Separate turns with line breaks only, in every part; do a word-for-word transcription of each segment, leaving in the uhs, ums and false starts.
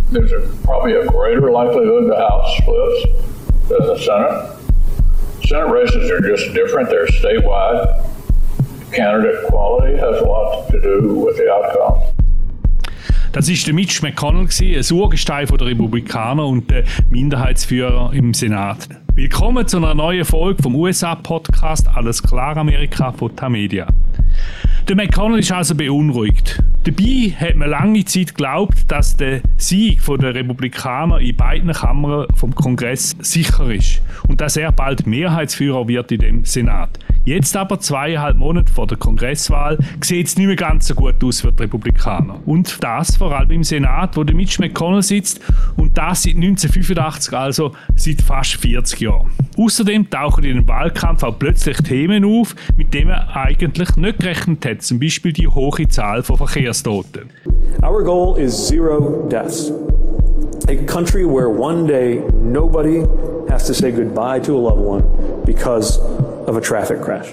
there's a, probably a greater likelihood the House splits than the Senate. Senate races are just different. They're statewide. Candidate quality has a lot to do with the outcome.
Das war der Mitch McConnell, ein Urgestein der Republikaner und der Minderheitsführer im Senat. Willkommen zu einer neuen Folge vom U S A-Podcast «Alles klar Amerika» von Tamedia. Der McConnell ist also beunruhigt. Dabei hat man lange Zeit geglaubt, dass der Sieg der Republikaner in beiden Kammern vom Kongress sicher ist und dass er bald Mehrheitsführer wird in dem Senat. Jetzt aber, zweieinhalb Monate vor der Kongresswahl, sieht es nicht mehr ganz so gut aus für die Republikaner. Und das vor allem im Senat, wo der Mitch McConnell sitzt, und das seit neunzehnhundertfünfundachtzig, also seit fast vierzig Jahren. Außerdem tauchen in dem Wahlkampf auch plötzlich Themen auf, mit denen man eigentlich nicht gerechnet hat, zum Beispiel die hohe Zahl von Verkehrstoten.
Our goal is zero deaths. A country where one day nobody has to say goodbye to a loved one because of a traffic crash.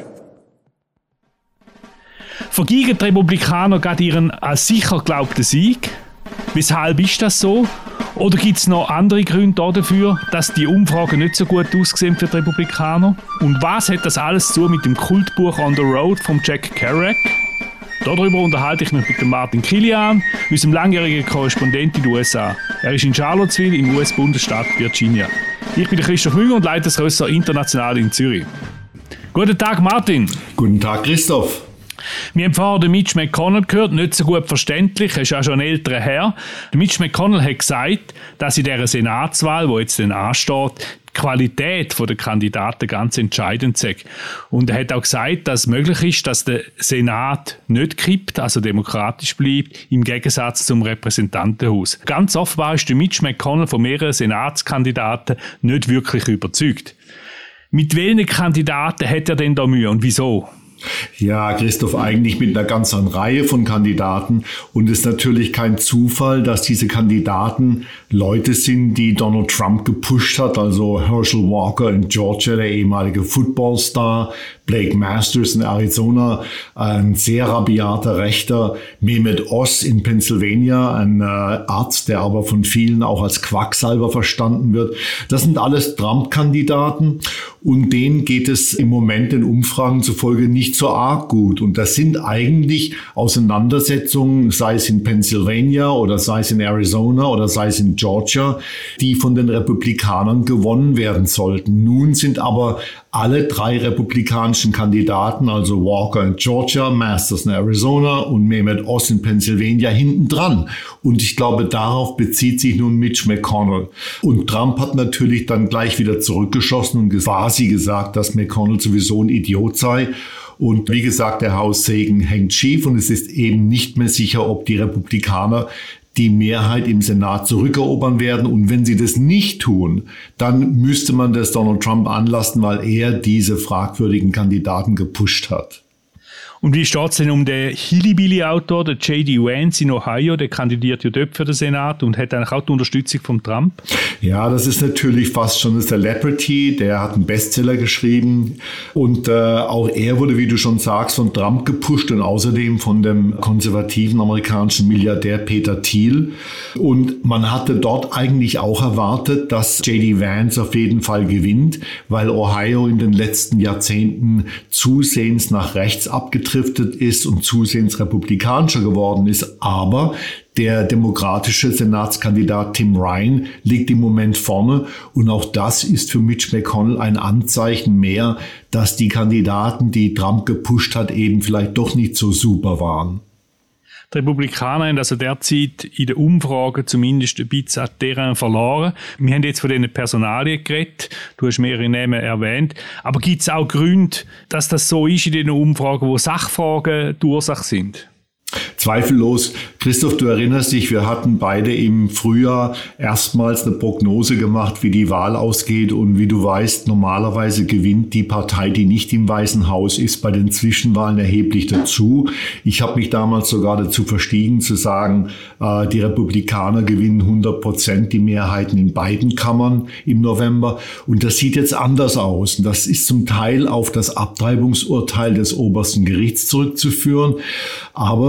Vergeigen die Republikaner gerade ihren als sicher geglaubten Sieg? Weshalb ist das so? Oder gibt es noch andere Gründe dafür, dass die Umfragen nicht so gut aussehen für die Republikaner? Und was hat das alles zu tun mit dem Kultbuch On the Road von Jack Kerouac? Darüber unterhalte ich mich mit dem Martin Kilian, unserem langjährigen Korrespondent in den U S A. Er ist in Charlottesville im U S-Bundesstaat Virginia. Ich bin Christoph Münger und leite das Ressort International in Zürich. Guten Tag, Martin.
Guten Tag, Christoph.
Wir haben vorher den Mitch McConnell gehört, nicht so gut verständlich, er ist auch schon ein älterer Herr. Der Mitch McConnell hat gesagt, dass in dieser Senatswahl, die jetzt dann ansteht, die Qualität der Kandidaten ganz entscheidend sei. Und er hat auch gesagt, dass es möglich ist, dass der Senat nicht kippt, also demokratisch bleibt, im Gegensatz zum Repräsentantenhaus. Ganz offenbar ist der Mitch McConnell von mehreren Senatskandidaten nicht wirklich überzeugt. Mit welchen Kandidaten hat er denn da Mühe und wieso?
Ja, Christoph, eigentlich mit einer ganzen Reihe von Kandidaten. Und es ist natürlich kein Zufall, dass diese Kandidaten Leute sind, die Donald Trump gepusht hat. Also Herschel Walker in Georgia, der ehemalige Footballstar, Blake Masters in Arizona, ein sehr rabiater Rechter, Mehmet Oz in Pennsylvania, ein äh, Arzt, der aber von vielen auch als Quacksalber verstanden wird. Das sind alles Trump-Kandidaten und denen geht es im Moment den Umfragen zufolge nicht so arg gut. Und das sind eigentlich Auseinandersetzungen, sei es in Pennsylvania oder sei es in Arizona oder sei es in Georgia, die von den Republikanern gewonnen werden sollten. Nun sind aber alle drei republikanischen Kandidaten, also Walker in Georgia, Masters in Arizona und Mehmet Oz in Pennsylvania, hinten dran. Und ich glaube, darauf bezieht sich nun Mitch McConnell. Und Trump hat natürlich dann gleich wieder zurückgeschossen und quasi gesagt, dass McConnell sowieso ein Idiot sei. Und wie gesagt, der Haussegen hängt schief und es ist eben nicht mehr sicher, ob die Republikaner die Mehrheit im Senat zurückerobern werden. Und wenn sie das nicht tun, dann müsste man das Donald Trump anlasten, weil er diese fragwürdigen Kandidaten gepusht hat.
Und wie steht es denn um den Hillbilly-Autor, der J D Vance in Ohio, der kandidiert ja dort für den Senat und hat eigentlich auch die Unterstützung von Trump?
Ja, das ist natürlich fast schon ein Celebrity, der hat einen Bestseller geschrieben und äh, auch er wurde, wie du schon sagst, von Trump gepusht und außerdem von dem konservativen amerikanischen Milliardär Peter Thiel. Und man hatte dort eigentlich auch erwartet, dass J D Vance auf jeden Fall gewinnt, weil Ohio in den letzten Jahrzehnten zusehends nach rechts abgetriftet ist und zusehends republikanischer geworden ist. Aber der demokratische Senatskandidat Tim Ryan liegt im Moment vorne. Und auch das ist für Mitch McConnell ein Anzeichen mehr, dass die Kandidaten, die Trump gepusht hat, eben vielleicht doch nicht so super waren.
Die Republikaner haben also derzeit in den Umfragen zumindest ein bisschen an Terrain verloren. Wir haben jetzt von diesen Personalien geredet, du hast mehrere Namen erwähnt, aber gibt es auch Gründe, dass das so ist in den Umfragen, wo Sachfragen die Ursache sind?
Zweifellos. Christoph, du erinnerst dich, wir hatten beide im Frühjahr erstmals eine Prognose gemacht, wie die Wahl ausgeht. Und wie du weißt, normalerweise gewinnt die Partei, die nicht im Weißen Haus ist, bei den Zwischenwahlen erheblich dazu. Ich habe mich damals sogar dazu verstiegen, zu sagen, äh, die Republikaner gewinnen hundert Prozent die Mehrheiten in beiden Kammern im November. Und das sieht jetzt anders aus. Und das ist zum Teil auf das Abtreibungsurteil des obersten Gerichts zurückzuführen. Aber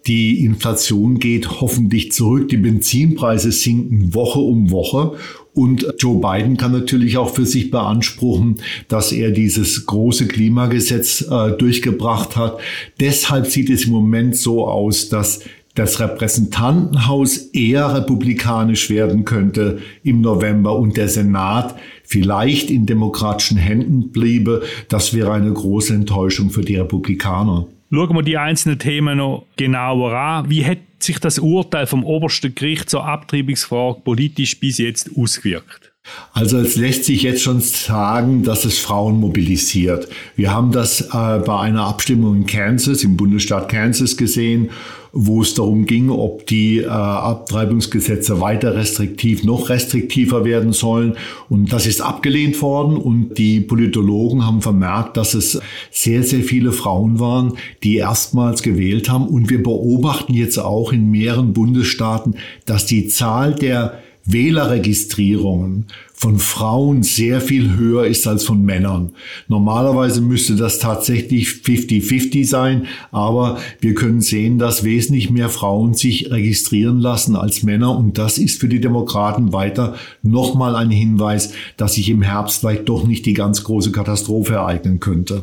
Die Inflation geht hoffentlich zurück. Die Benzinpreise sinken Woche um Woche. Und Joe Biden kann natürlich auch für sich beanspruchen, dass er dieses große Klimagesetz äh, durchgebracht hat. Deshalb sieht es im Moment so aus, dass das Repräsentantenhaus eher republikanisch werden könnte im November und der Senat vielleicht in demokratischen Händen bliebe. Das wäre eine große Enttäuschung für die Republikaner.
Schauen wir die einzelnen Themen noch genauer an. Wie hat sich das Urteil vom obersten Gericht zur Abtreibungsfrage politisch bis jetzt ausgewirkt?
Also es lässt sich jetzt schon sagen, dass es Frauen mobilisiert. Wir haben das äh, bei einer Abstimmung in Kansas, im Bundesstaat Kansas gesehen, wo es darum ging, ob die äh, Abtreibungsgesetze weiter restriktiv, noch restriktiver werden sollen. Und das ist abgelehnt worden. Und die Politologen haben vermerkt, dass es sehr, sehr viele Frauen waren, die erstmals gewählt haben. Und wir beobachten jetzt auch in mehreren Bundesstaaten, dass die Zahl der Wählerregistrierungen von Frauen sehr viel höher ist als von Männern. Normalerweise müsste das tatsächlich fünfzig fünfzig sein, aber wir können sehen, dass wesentlich mehr Frauen sich registrieren lassen als Männer und das ist für die Demokraten weiter nochmal ein Hinweis, dass sich im Herbst vielleicht doch nicht die ganz große Katastrophe ereignen könnte.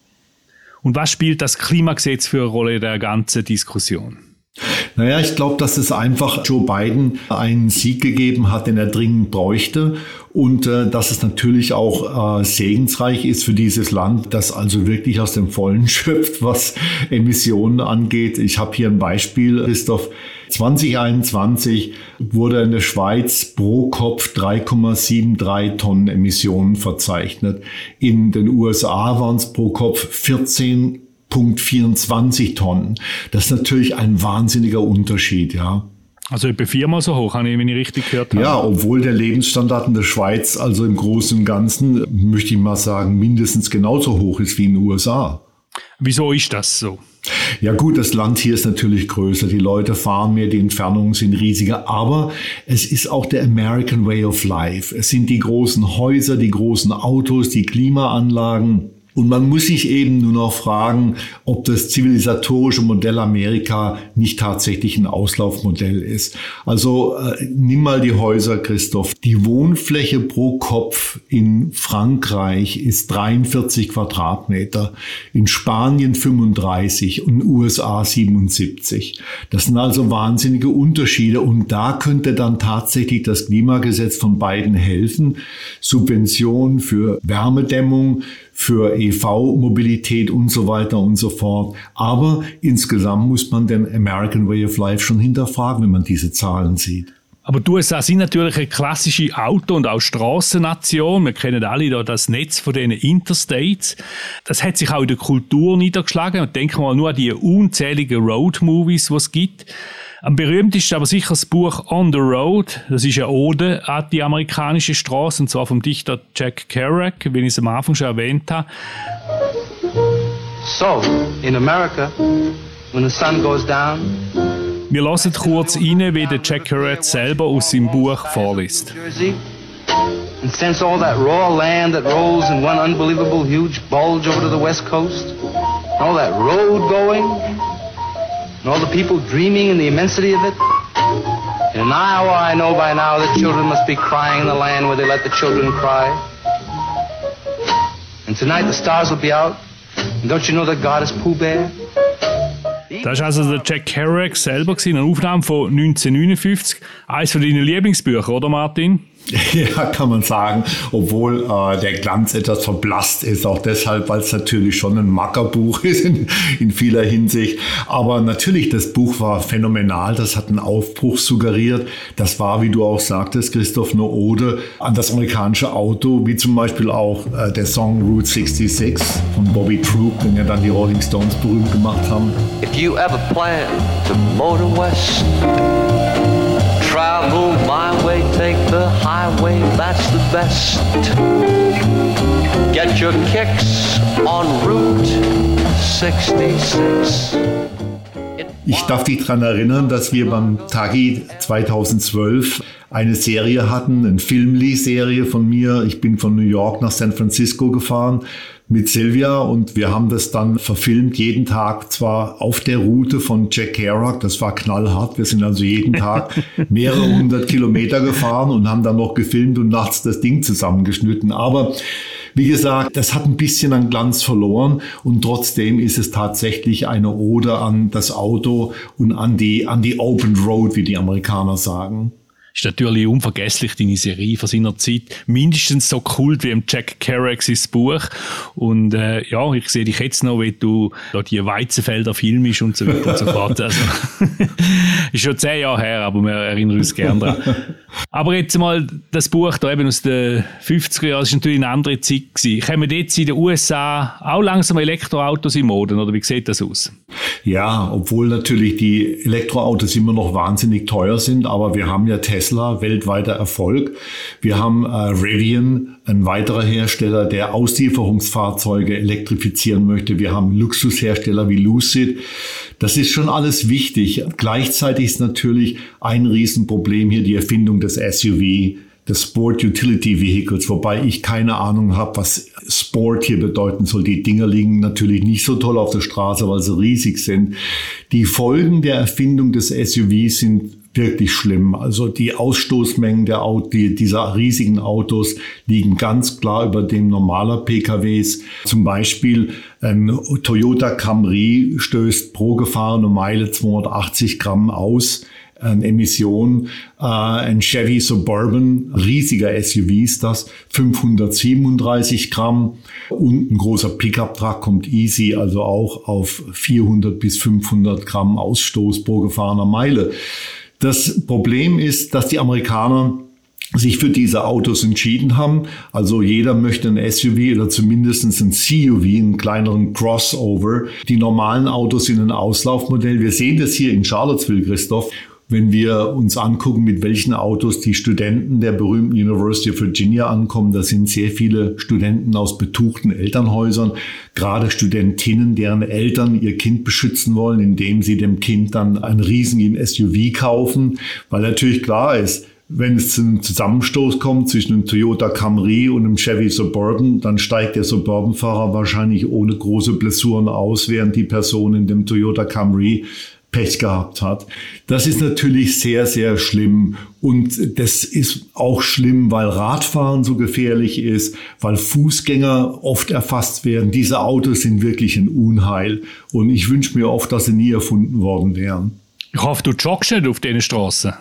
Und was spielt das Klimagesetz für eine Rolle in der ganzen Diskussion?
Naja, ich glaube, dass es einfach Joe Biden einen Sieg gegeben hat, den er dringend bräuchte und äh, dass es natürlich auch äh, segensreich ist für dieses Land, das also wirklich aus dem Vollen schöpft, was Emissionen angeht. Ich habe hier ein Beispiel, Christoph. zwanzig einundzwanzig wurde in der Schweiz pro Kopf drei Komma dreiundsiebzig Tonnen Emissionen verzeichnet. In den U S A waren es pro Kopf vierzehn Komma vierundzwanzig Tonnen. Das ist natürlich ein wahnsinniger Unterschied, ja.
Also etwa viermal so hoch, wenn ich richtig gehört habe.
Ja, obwohl der Lebensstandard in der Schweiz also im Großen und Ganzen, möchte ich mal sagen, mindestens genauso hoch ist wie in den U S A.
Wieso ist das so?
Ja gut, das Land hier ist natürlich größer, die Leute fahren mehr, die Entfernungen sind riesiger, aber es ist auch der American Way of Life. Es sind die großen Häuser, die großen Autos, die Klimaanlagen. Und man muss sich eben nur noch fragen, ob das zivilisatorische Modell Amerika nicht tatsächlich ein Auslaufmodell ist. Also äh, nimm mal die Häuser, Christoph. Die Wohnfläche pro Kopf in Frankreich ist dreiundvierzig Quadratmeter, in Spanien fünfunddreißig und in den U S A siebenundsiebzig. Das sind also wahnsinnige Unterschiede und da könnte dann tatsächlich das Klimagesetz von Biden helfen. Subventionen für Wärmedämmung, für E V-Mobilität und so weiter und so fort. Aber insgesamt muss man den American Way of Life schon hinterfragen, wenn man diese Zahlen sieht.
Aber die U S A sind natürlich eine klassische Auto- und auch Strassennation. Wir kennen alle da das Netz von diesen Interstates. Das hat sich auch in der Kultur niedergeschlagen. Denken wir nur an die unzähligen Road-Movies, die es gibt. Am berühmtesten aber sicher das Buch On the Road. Das ist eine Ode an die amerikanische Straße, und zwar vom Dichter Jack Kerouac, wie ich es am Anfang schon erwähnt habe.
So, in America, when the sun goes down,
wir hören kurz rein, wie der Jack Kerouac selber aus seinem Buch vorliest.
And sense all that raw land that rolls in one unbelievable huge bulge over to the west coast, all that road going, and all the people dreaming in the immensity of it. In an hour I know by now that children must be crying in the land where they let the children cry. And tonight the stars will be out. And don't you know that God is Pooh Bear?
Das war also der Jack Kerouac selber, eine Aufnahme von neunzehnhundertneunundfünfzig. Eines von deinen Lieblingsbüchern, oder Martin?
Ja, kann man sagen, obwohl äh, der Glanz etwas verblasst ist, auch deshalb, weil es natürlich schon ein Mackerbuch ist in, in vieler Hinsicht. Aber natürlich, das Buch war phänomenal, das hat einen Aufbruch suggeriert. Das war, wie du auch sagtest, Christoph, eine Ode an das amerikanische Auto, wie zum Beispiel auch äh, der Song Route sechsundsechzig von Bobby Troup, den ja dann die Rolling Stones berühmt gemacht haben.
If you ever plan to motor west, travel my way, take the highway, that's the best. Get your kicks on Route sechsundsechzig.
Ich darf dich daran erinnern, dass wir beim Tagi zweitausendzwölf eine Serie hatten, eine Filmly-Serie von mir. Ich bin von New York nach San Francisco gefahren mit Silvia und wir haben das dann verfilmt, jeden Tag zwar auf der Route von Jack Kerouac, das war knallhart, wir sind also jeden Tag mehrere hundert Kilometer gefahren und haben dann noch gefilmt und nachts das Ding zusammengeschnitten, aber wie gesagt, das hat ein bisschen an Glanz verloren und trotzdem ist es tatsächlich eine Ode an das Auto und an die, an die Open Road, wie die Amerikaner sagen.
Ist natürlich unvergesslich, deine Serie von seiner Zeit. Mindestens so kult wie im Jack Kerouac sein Buch. Und äh, ja, ich sehe dich jetzt noch, wie du da die Weizenfelder filmst und so weiter und so fort. Also, ist schon zehn Jahre her, aber wir erinnern uns gerne daran. Aber jetzt mal das Buch da eben aus den fünfziger Jahren, das war natürlich eine andere Zeit gewesen. Kommen jetzt in den U S A auch langsam Elektroautos in Mode, oder wie sieht das aus?
Ja, obwohl natürlich die Elektroautos immer noch wahnsinnig teuer sind, aber wir haben ja Tesla, weltweiter Erfolg. Wir haben äh, Rivian, ein weiterer Hersteller, der Auslieferungsfahrzeuge elektrifizieren möchte. Wir haben Luxushersteller wie Lucid. Das ist schon alles wichtig. Gleichzeitig ist natürlich ein Riesenproblem hier die Erfindung des S U V, des Sport Utility Vehicles, wobei ich keine Ahnung habe, was Sport hier bedeuten soll. Die Dinger liegen natürlich nicht so toll auf der Straße, weil sie riesig sind. Die Folgen der Erfindung des S U V sind wirklich schlimm. Also die Ausstoßmengen der Auto, die, dieser riesigen Autos liegen ganz klar über dem normaler P K Ws. Zum Beispiel ein Toyota Camry stößt pro gefahrene Meile zweihundertachtzig Gramm aus an Emissionen. Äh, ein Chevy Suburban, riesiger S U V ist das, fünfhundertsiebenunddreißig Gramm. Und ein großer Pickup-Truck kommt easy, also auch auf vierhundert bis fünfhundert Gramm Ausstoß pro gefahrener Meile. Das Problem ist, dass die Amerikaner sich für diese Autos entschieden haben. Also jeder möchte ein S U V oder zumindest ein C U V, einen kleineren Crossover. Die normalen Autos sind ein Auslaufmodell. Wir sehen das hier in Charlottesville, Christoph. Wenn wir uns angucken, mit welchen Autos die Studenten der berühmten University of Virginia ankommen, da sind sehr viele Studenten aus betuchten Elternhäusern, gerade Studentinnen, deren Eltern ihr Kind beschützen wollen, indem sie dem Kind dann einen riesigen S U V kaufen, weil natürlich klar ist, wenn es zu einem Zusammenstoß kommt zwischen einem Toyota Camry und einem Chevy Suburban, dann steigt der Suburban-Fahrer wahrscheinlich ohne große Blessuren aus, während die Person in dem Toyota Camry Pech gehabt hat. Das ist natürlich sehr, sehr schlimm. Und das ist auch schlimm, weil Radfahren so gefährlich ist, weil Fußgänger oft erfasst werden. Diese Autos sind wirklich ein Unheil. Und ich wünsche mir oft, dass sie nie erfunden worden wären.
Ich hoffe, du joggst nicht auf diesen Straßen.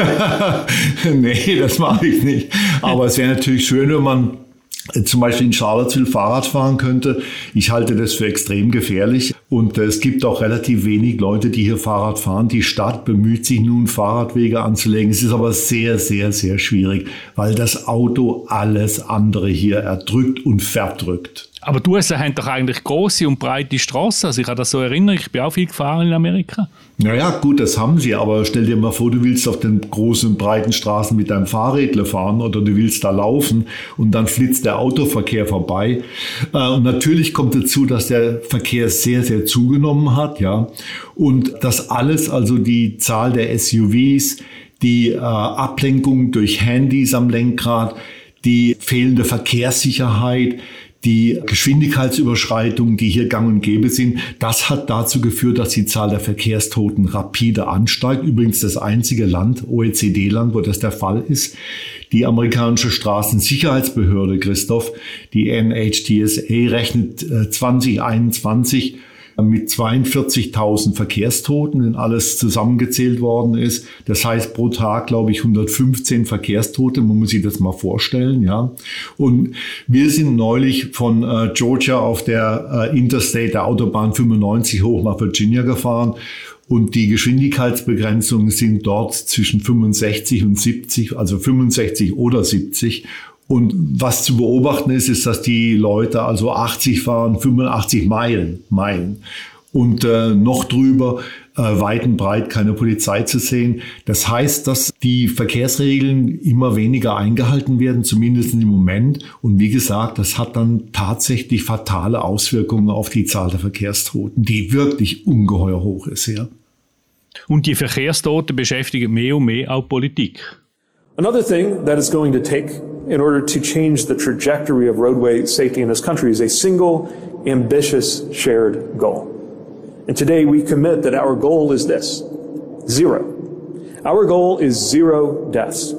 Nee, das mache ich nicht. Aber es wäre natürlich schön, wenn man zum Beispiel in Charlottesville Fahrrad fahren könnte. Ich halte das für extrem gefährlich und es gibt auch relativ wenig Leute, die hier Fahrrad fahren. Die Stadt bemüht sich nun, Fahrradwege anzulegen. Es ist aber sehr, sehr, sehr schwierig, weil das Auto alles andere hier erdrückt und verdrückt.
Aber die U S A haben doch eigentlich grosse und breite Straßen. Also ich kann das so erinnern, ich bin auch viel gefahren in Amerika.
Naja, gut, das haben sie, aber stell dir mal vor, du willst auf den großen, breiten Straßen mit deinem Fahrrädle fahren oder du willst da laufen und dann flitzt der Autoverkehr vorbei. Und natürlich kommt dazu, dass der Verkehr sehr, sehr zugenommen hat, ja. Und das alles, also die Zahl der S U Vs, die äh, Ablenkung durch Handys am Lenkrad, die fehlende Verkehrssicherheit, die Geschwindigkeitsüberschreitungen, die hier gang und gäbe sind, das hat dazu geführt, dass die Zahl der Verkehrstoten rapide ansteigt. Übrigens das einzige Land, O E C D-Land, wo das der Fall ist. Die amerikanische Straßensicherheitsbehörde, Christoph, die N H T S A, rechnet zwanzig einundzwanzig mit zweiundvierzigtausend Verkehrstoten, wenn alles zusammengezählt worden ist. Das heißt pro Tag, glaube ich, hundertfünfzehn Verkehrstote. Man muss sich das mal vorstellen, ja. Und wir sind neulich von äh, Georgia auf der äh, Interstate, der Autobahn fünfundneunzig hoch nach Virginia gefahren. Und die Geschwindigkeitsbegrenzungen sind dort zwischen fünfundsechzig und siebzig, also fünfundsechzig oder siebzig. Und was zu beobachten ist, ist, dass die Leute also achtzig fahren, fünfundachtzig Meilen, Meilen. Und äh, noch drüber, äh, weit und breit keine Polizei zu sehen. Das heißt, dass die Verkehrsregeln immer weniger eingehalten werden, zumindest im Moment. Und wie gesagt, das hat dann tatsächlich fatale Auswirkungen auf die Zahl der Verkehrstoten, die wirklich ungeheuer hoch ist, ja.
Und die Verkehrstoten beschäftigen mehr und mehr auch Politik.
Another thing that is going to take in order to change the trajectory of roadway safety in this country is a single, ambitious, shared goal. And today we commit that our goal is this: zero. Our goal is zero deaths.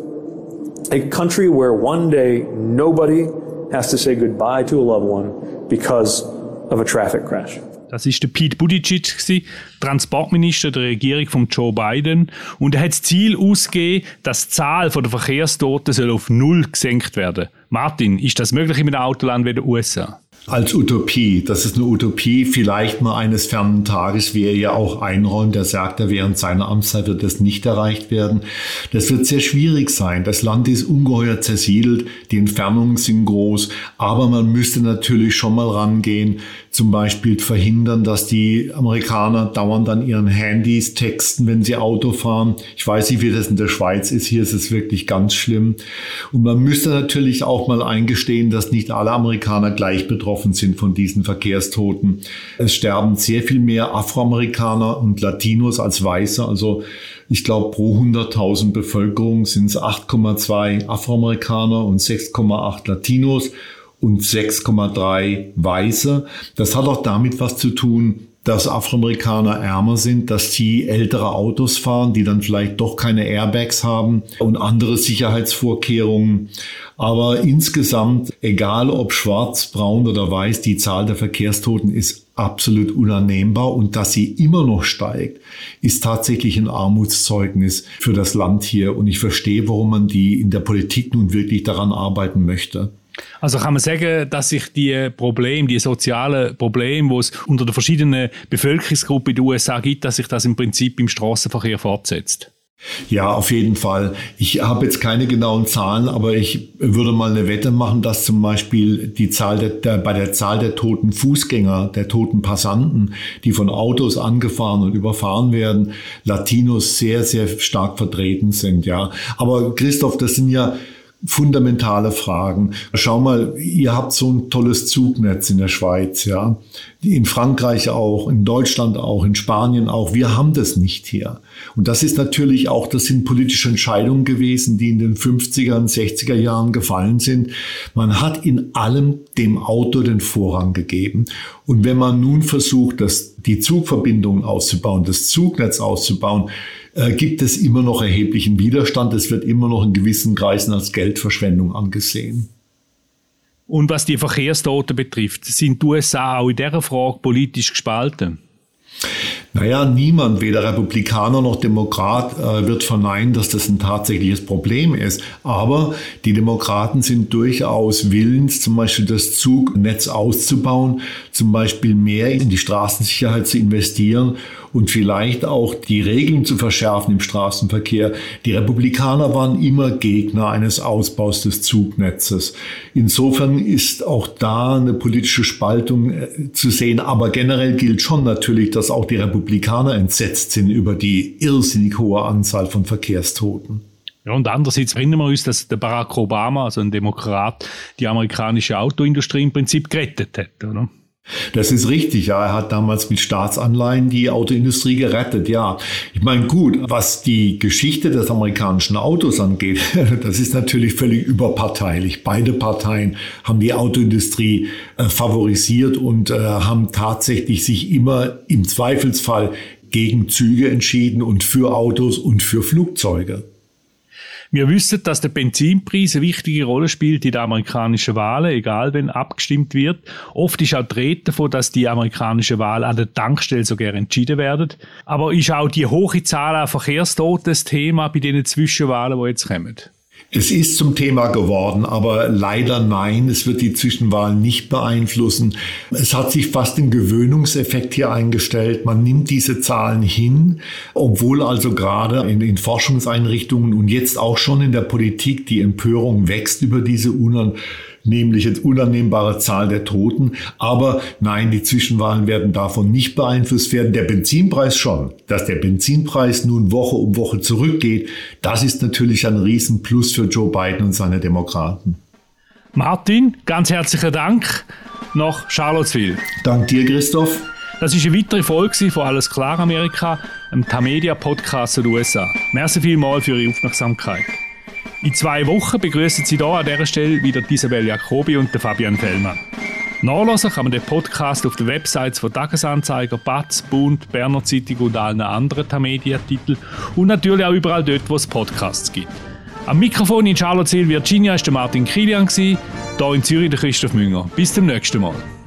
A country where one day nobody has to say goodbye to a loved one because of a traffic crash.
Das ist der Pete Buttigieg, Transportminister der Regierung von Joe Biden. Und er hat das Ziel ausgegeben, dass die Zahl der Verkehrstoten soll auf null gesenkt werden. Martin, ist das möglich in einem Autoland wie den U S A?
Als Utopie. Das ist eine Utopie, vielleicht mal eines fernen Tages, wie er ja auch einräumt. Er sagt, er während seiner Amtszeit wird das nicht erreicht werden. Das wird sehr schwierig sein. Das Land ist ungeheuer zersiedelt, die Entfernungen sind groß, aber man müsste natürlich schon mal rangehen, zum Beispiel verhindern, dass die Amerikaner dauernd an ihren Handys texten, wenn sie Auto fahren. Ich weiß nicht, wie das in der Schweiz ist. Hier ist es wirklich ganz schlimm. Und man müsste natürlich auch mal eingestehen, dass nicht alle Amerikaner gleich betroffen sind von diesen Verkehrstoten. Es sterben sehr viel mehr Afroamerikaner und Latinos als Weiße. Also ich glaube, pro hunderttausend Bevölkerung sind es acht Komma zwei Afroamerikaner und sechs Komma acht Latinos und sechs Komma drei Weiße. Das hat auch damit was zu tun, dass Afroamerikaner ärmer sind, dass sie ältere Autos fahren, die dann vielleicht doch keine Airbags haben und andere Sicherheitsvorkehrungen. Aber insgesamt, egal ob schwarz, braun oder weiß, die Zahl der Verkehrstoten ist absolut unannehmbar. Und dass sie immer noch steigt, ist tatsächlich ein Armutszeugnis für das Land hier. Und ich verstehe, warum man die in der Politik nun wirklich daran arbeiten möchte.
Also kann man sagen, dass sich die Probleme, die sozialen Probleme, die es unter den verschiedenen Bevölkerungsgruppen in den U S A gibt, dass sich das im Prinzip im Straßenverkehr fortsetzt?
Ja, auf jeden Fall. Ich habe jetzt keine genauen Zahlen, aber ich würde mal eine Wette machen, dass zum Beispiel die Zahl der, der, bei der Zahl der toten Fußgänger, der toten Passanten, die von Autos angefahren und überfahren werden, Latinos sehr, sehr stark vertreten sind. Ja, aber Christoph, das sind ja fundamentale Fragen. Schau mal, ihr habt so ein tolles Zugnetz in der Schweiz, ja. In Frankreich auch, in Deutschland auch, in Spanien auch. Wir haben das nicht hier. Und das ist natürlich auch, das sind politische Entscheidungen gewesen, die in den fünfziger und sechziger Jahren gefallen sind. Man hat in allem dem Auto den Vorrang gegeben. Und wenn man nun versucht, das, die Zugverbindungen auszubauen, das Zugnetz auszubauen, äh, gibt es immer noch erheblichen Widerstand. Es wird immer noch in gewissen Kreisen als Geldverschwendung angesehen.
Und was die Verkehrstoten betrifft, sind die U S A auch in dieser Frage politisch gespalten?
Naja, niemand, weder Republikaner noch Demokrat, äh, wird verneinen, dass das ein tatsächliches Problem ist. Aber die Demokraten sind durchaus willens, zum Beispiel das Zugnetz auszubauen, zum Beispiel mehr in die Straßensicherheit zu investieren und vielleicht auch die Regeln zu verschärfen im Straßenverkehr. Die Republikaner waren immer Gegner eines Ausbaus des Zugnetzes. Insofern ist auch da eine politische Spaltung äh, zu sehen. Aber generell gilt schon natürlich, dass auch die Republikaner entsetzt sind über die irrsinnig hohe Anzahl von Verkehrstoten.
Ja, und andererseits erinnern wir uns, dass der Barack Obama, also ein Demokrat, die amerikanische Autoindustrie im Prinzip gerettet hat, oder?
Das ist richtig, ja. Er hat damals mit Staatsanleihen die Autoindustrie gerettet, ja. Ich meine, gut, was die Geschichte des amerikanischen Autos angeht, das ist natürlich völlig überparteilich. Beide Parteien haben die Autoindustrie äh, favorisiert und äh, haben tatsächlich sich immer im Zweifelsfall gegen Züge entschieden und für Autos und für Flugzeuge.
Wir wissen, dass der Benzinpreis eine wichtige Rolle spielt in den amerikanischen Wahlen, egal wenn abgestimmt wird. Oft ist auch die Rede davon, dass die amerikanischen Wahlen an der Tankstelle sogar entschieden werden. Aber ist auch die hohe Zahl an Verkehrstoten das Thema bei den Zwischenwahlen, die jetzt kommen?
Es ist zum Thema geworden, aber leider nein, es wird die Zwischenwahlen nicht beeinflussen. Es hat sich fast ein Gewöhnungseffekt hier eingestellt. Man nimmt diese Zahlen hin, obwohl also gerade in den Forschungseinrichtungen und jetzt auch schon in der Politik die Empörung wächst über diese unan nämlich jetzt unannehmbare Zahl der Toten. Aber nein, die Zwischenwahlen werden davon nicht beeinflusst werden. Der Benzinpreis schon. Dass der Benzinpreis nun Woche um Woche zurückgeht, das ist natürlich ein Riesenplus für Joe Biden und seine Demokraten.
Martin, ganz herzlichen Dank nach Charlottesville.
Dank dir, Christoph.
Das ist eine weitere Folge von Alles klar Amerika, einem Tamedia-Podcast der U S A. Merci vielmals für Ihre Aufmerksamkeit. In zwei Wochen begrüßen Sie hier an dieser Stelle wieder Isabel Jacobi und Fabian Fellmann. Nachlesen kann man den Podcast auf den Websites von Tagesanzeiger, B A Z, Bund, Berner Zeitung und allen anderen Tamedia-Titeln und natürlich auch überall dort, wo es Podcasts gibt. Am Mikrofon in Charlottesville, Virginia, war der Martin Kilian, hier in Zürich der Christoph Münger. Bis zum nächsten Mal.